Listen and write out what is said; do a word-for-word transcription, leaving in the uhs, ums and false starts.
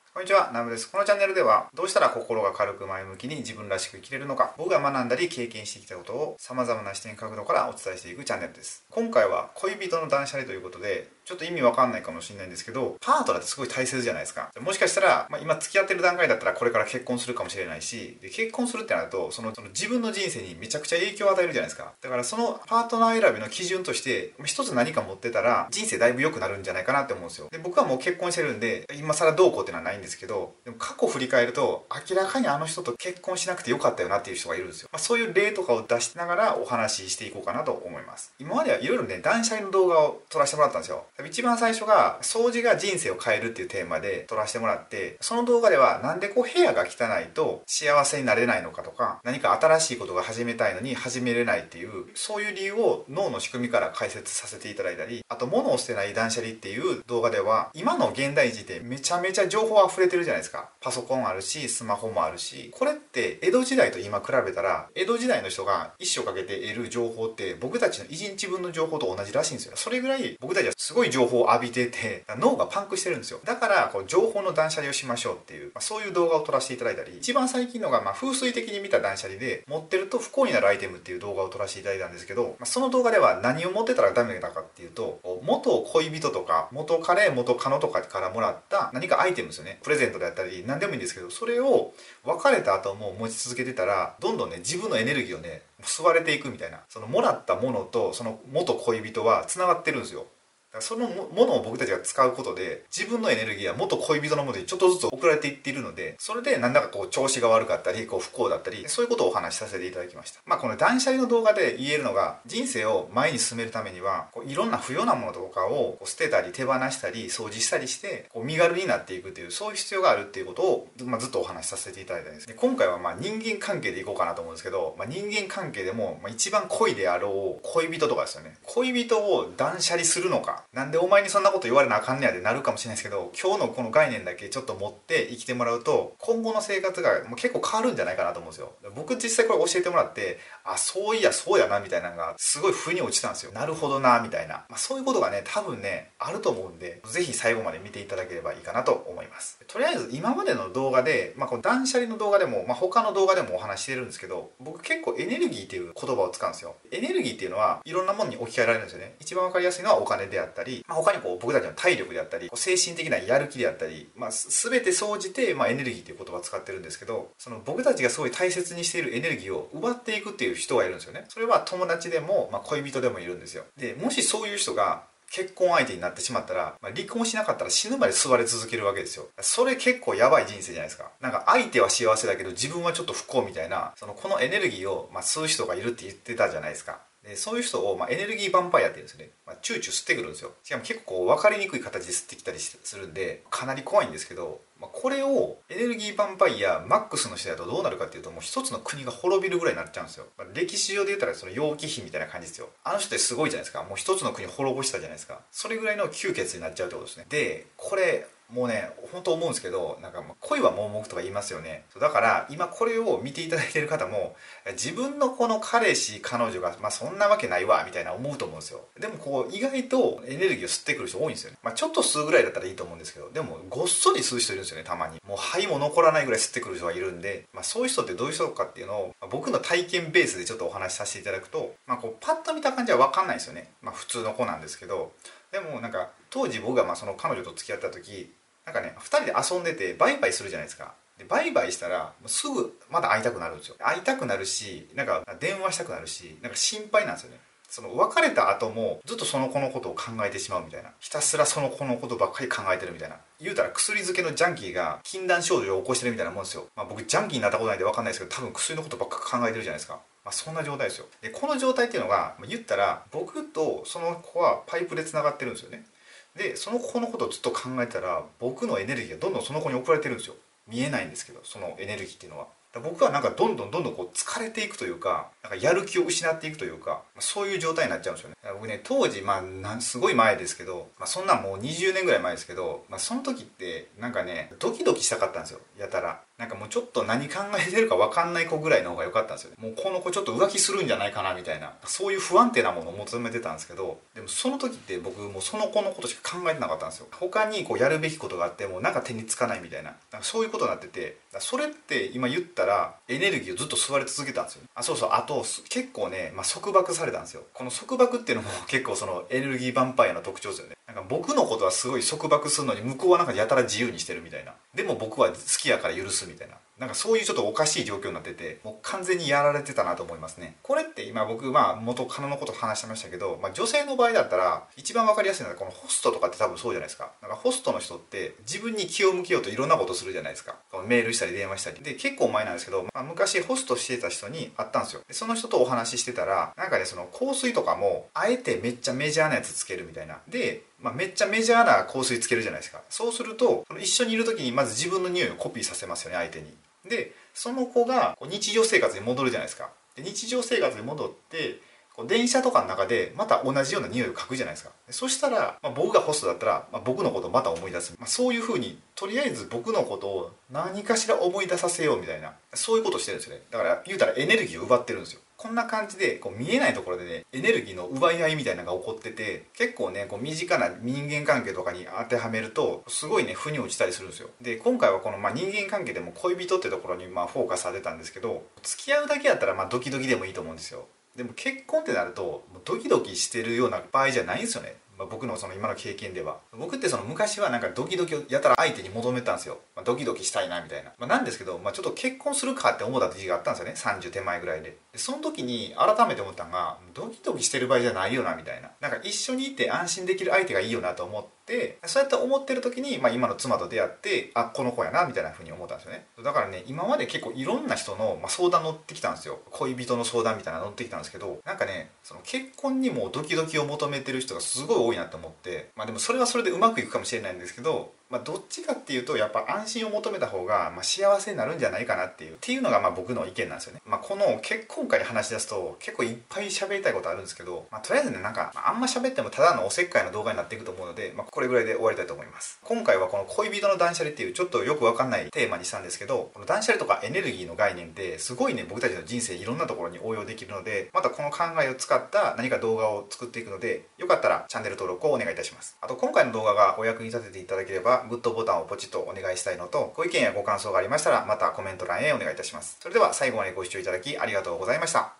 こんにちは、ナムです。このチャンネルでは、どうしたら心が軽く前向きに自分らしく生きれるのか、僕が学んだり経験してきたことを様々な視点角度からお伝えしていくチャンネルです。今回は恋人の断捨離ということで、ちょっと意味わかんないかもしれないんですけど、パートナーってすごい大切じゃないですか。もしかしたら、まあ、今付き合ってる段階だったらこれから結婚するかもしれないし、で結婚するってなるとその、その自分の人生にめちゃくちゃ影響を与えるじゃないですか。だからそのパートナー選びの基準として、一つ何か持ってたら人生だいぶ良くなるんじゃないかなって思うんですよ。で僕はもう結婚してるんで、今更どうこうっていうのはないんですけど、でも過去振り返ると明らかにあの人と結婚しなくてよかったよなっていう人がいるんですよ。まあ、そういう例とかを出しながらお話ししていこうかなと思います。今まではいろいろね、断捨離の動画を撮らせてもらったんですよ。一番最初が掃除が人生を変えるっていうテーマで撮らせてもらって、その動画ではなんでこう部屋が汚いと幸せになれないのかとか、何か新しいことが始めたいのに始めれないっていう、そういう理由を脳の仕組みから解説させていただいたり、あと物を捨てない断捨離っていう動画では、今の現代人ってめちゃめちゃ情報溢れてるじゃないですか。パソコンあるし、スマホもあるし、これって江戸時代と今比べたら、江戸時代の人が一生かけて得る情報って僕たちの一日分の情報と同じらしいんですよ。それぐらい僕たちはすごい情報を浴びてて、脳がパンクしてるんですよ。だからこう情報の断捨離をしましょうっていう、まあ、そういう動画を撮らせていただいたり、一番最近のがまあ風水的に見た断捨離で、持ってると不幸になるアイテムっていう動画を撮らせていただいたんですけど、まあ、その動画では何を持ってたらダメだかっていうと、元恋人とか元彼元カノとかからもらった何かアイテムですよね。プレゼントであったり何でもいいんですけど、それを別れた後も持ち続けてたら、どんどんね自分のエネルギーをね吸われていくみたいな、そのもらったものとその元恋人はつながってるんですよ。そのものを僕たちが使うことで、自分のエネルギーは元恋人のもとにちょっとずつ送られていっているので、それでなんだかこう調子が悪かったり、こう不幸だったり、そういうことをお話しさせていただきました。まあこの断捨離の動画で言えるのが、人生を前に進めるためには、こういろんな不要なものとかを捨てたり手放したり掃除したりして、こう身軽になっていくっていう、そういう必要があるっていうことを、まあ、ずっとお話しさせていただいたんです。で今回はまあ人間関係でいこうかなと思うんですけど、まあ、人間関係でも、まあ、一番恋であろう恋人とかですよね。恋人を断捨離するのか、なんでお前にそんなこと言われなあかんねやでなるかもしれないですけど、今日のこの概念だけちょっと持って生きてもらうと、今後の生活がもう結構変わるんじゃないかなと思うんですよ。僕実際これ教えてもらって、あ、そういやそうやなみたいなのがすごい腑に落ちたんですよ。なるほどなみたいな、まあ、そういうことがね多分ねあると思うんで、ぜひ最後まで見ていただければいいかなと思います。とりあえず今までの動画で、まあ、この断捨離の動画でも、まあ、他の動画でもお話ししてるんですけど、僕結構エネルギーっていう言葉を使うんですよ。エネルギーっていうのはいろんなものに置き換えられるんですよね。一番わかりやすいのはお金であったり、まあ、他にこう僕たちの体力であったり、精神的なやる気であったり、まあ、全て総じて、まあ、エネルギーという言葉を使ってるんですけど、その僕たちがすごい大切にしているエネルギーを奪っていくっていう人がいるんですよね。それは友達でも、まあ、恋人でもいるんですよ。でもしそういう人が結婚相手になってしまったら、まあ、離婚しなかったら死ぬまで吸われ続けるわけですよ。それ結構やばい人生じゃないですか。なんか相手は幸せだけど自分はちょっと不幸みたいな、そのこのエネルギーを、まあ、吸う人がいるって言ってたじゃないですか。でそういう人を、まあ、エネルギーヴァンパイアって言うんですよね。まあ、チューチュー吸ってくるんですよ。しかも結構こう分かりにくい形で吸ってきたりするんで、かなり怖いんですけど、まあ、これをエネルギーヴァンパイアマックスの人だとどうなるかっていうと、もう一つの国が滅びるぐらいになっちゃうんですよ。まあ、歴史上で言ったらその楊貴妃みたいな感じですよ。あの人ってすごいじゃないですか。もう一つの国滅ぼしたじゃないですか。それぐらいの吸血になっちゃうってことですね。でこれもうね本当思うんですけど、なんか恋は盲目とか言いますよね。だから今これを見ていただいている方も、自分のこの彼氏彼女がまあそんなわけないわみたいな思うと思うんですよ。でもこう意外とエネルギーを吸ってくる人多いんですよね。まあちょっと吸うぐらいだったらいいと思うんですけど、でもごっそり吸う人いるんですよね。たまにもう肺も残らないぐらい吸ってくる人がいるんで、まあ、そういう人ってどういう人かっていうのを、まあ、僕の体験ベースでちょっとお話しさせていただくと、まあ、こうパッと見た感じは分かんないですよね。まあ普通の子なんですけど、でもなんか当時僕がまあその彼女と付き合った時、なんかねふたりで遊んでてバイバイするじゃないですか。でバイバイしたらすぐまだ会いたくなるんですよ。会いたくなるし、なんか電話したくなるし、なんか心配なんですよね。その別れた後もずっとその子のことを考えてしまうみたいな、ひたすらその子のことばっかり考えてるみたいな、言うたら薬漬けのジャンキーが禁断症状を起こしてるみたいなもんですよ。まあ僕ジャンキーになったことないんで分かんないですけど、多分薬のことばっか考えてるじゃないですか。まあ、そんな状態ですよ。でこの状態っていうのが言ったら、僕とその子はパイプでつながってるんですよね。でその子のことをずっと考えたら、僕のエネルギーがどんどんその子に送られてるんですよ。見えないんですけど、そのエネルギーっていうのは。 僕はなんかどんどんどんどんこう疲れていくというか、なんかやる気を失っていくというか、そういう状態になっちゃうんですよね。僕ね、当時、まあなんすごい前ですけど、まあ、そんなんもうにじゅうねんぐらい前ですけど、まあ、その時ってなんかねドキドキしたかったんですよ、やたら。なんかもうちょっと何考えてるか分かんない子ぐらいの方が良かったんですよね。もうこの子ちょっと浮気するんじゃないかなみたいな、そういう不安定なものを求めてたんですけど、でもその時って僕もうその子のことしか考えてなかったんですよ。他にこうやるべきことがあってもなんか手につかないみたいな、なんかそういうことになってて、それって今言ったらエネルギーをずっと吸われ続けたんですよ。あ、そうそう、あと結構ね、まあ、束縛されたんですよ。この束縛っていうのも結構そのエネルギーヴァンパイアの特徴ですよね。なんか僕のことはすごい束縛するのに向こうはなんかやたら自由にしてるみたいな、でも僕は好きやから許すみたいな、なんかそういうちょっとおかしい状況になってて、もう完全にやられてたなと思いますね。これって今僕まあ元カノのこと話してましたけど、まあ、女性の場合だったら一番わかりやすいのはこのホストとかって多分そうじゃないですか。なんかホストの人って自分に気を向けようといろんなことするじゃないですか。メールしたり電話したりで、結構前なんですけど、まあ、昔ホストしてた人に会ったんですよ。でその人とお話ししてたら、なんかねその香水とかもあえてめっちゃメジャーなやつつけるみたいなで、まあ、めっちゃメジャーな香水つけるじゃないですか。そうするとその一緒にいる時にまず自分の匂いをコピーさせますよね、相手に。でその子が日常生活に戻るじゃないですか。で日常生活に戻ってこう電車とかの中でまた同じような匂いを嗅ぐじゃないですか。そしたら、まあ、僕がホストだったら、まあ、僕のことをまた思い出す、まあ、そういう風にとりあえず僕のことを何かしら思い出させようみたいな、そういうことをしてるんですよね。だから言うたらエネルギーを奪ってるんですよ。こんな感じでこう見えないところでねエネルギーの奪い合いみたいなのが起こってて、結構ねこう身近な人間関係とかに当てはめるとすごいね負に落ちたりするんですよ。で今回はこの、まあ、人間関係でも恋人ってところにまあフォーカスされたんですけど、付き合うだけやったらまあドキドキでもいいと思うんですよ。でも結婚ってなるともうドキドキしてるような場合じゃないんですよね。まあ、僕のその今の経験では、僕ってその昔はなんかドキドキをやたら相手に求めたんですよ。まあ、ドキドキしたいなみたいな、まあ、なんですけど、まあ、ちょっと結婚するかって思った時期があったんですよね、さんじゅう手前ぐらいで。でその時に改めて思ったのが、ドキドキしてる場合じゃないよなみたいな、なんか一緒にいて安心できる相手がいいよなと思って、そうやって思ってる時に、まあ、今の妻と出会って、あ、この子やなみたいな風に思ったんですよね。だからね今まで結構いろんな人の、まあ、相談乗ってきたんですよ。恋人の相談みたいなの乗ってきたんですけど、なんかねその結婚にもドキドキを求めてる人がすごい多いなと思って、まあでもそれはそれでうまくいくかもしれないんですけど、まあ、どっちかっていうとやっぱ安心を求めた方がまあ幸せになるんじゃないかなっていうっていうのがまあ僕の意見なんですよね。まあ、この結婚会に話し出すと結構いっぱい喋りたいことあるんですけど、まあ、とりあえずねなんか、まあ、あんま喋ってもただのおせっかいの動画になっていくと思うので、まあ、これぐらいで終わりたいと思います。今回はこの恋人の断捨離っていうちょっとよくわかんないテーマにしたんですけど、この断捨離とかエネルギーの概念ってすごいね僕たちの人生いろんなところに応用できるので、またこの考えを使った何か動画を作っていくので、よかったらチャンネル登録をお願いいたします。あと今回の動画がお役に立てていただければグッドボタンをポチッとお願いしたいのと、ご意見やご感想がありましたらまたコメント欄へお願いいたします。それでは最後までご視聴いただきありがとうございました。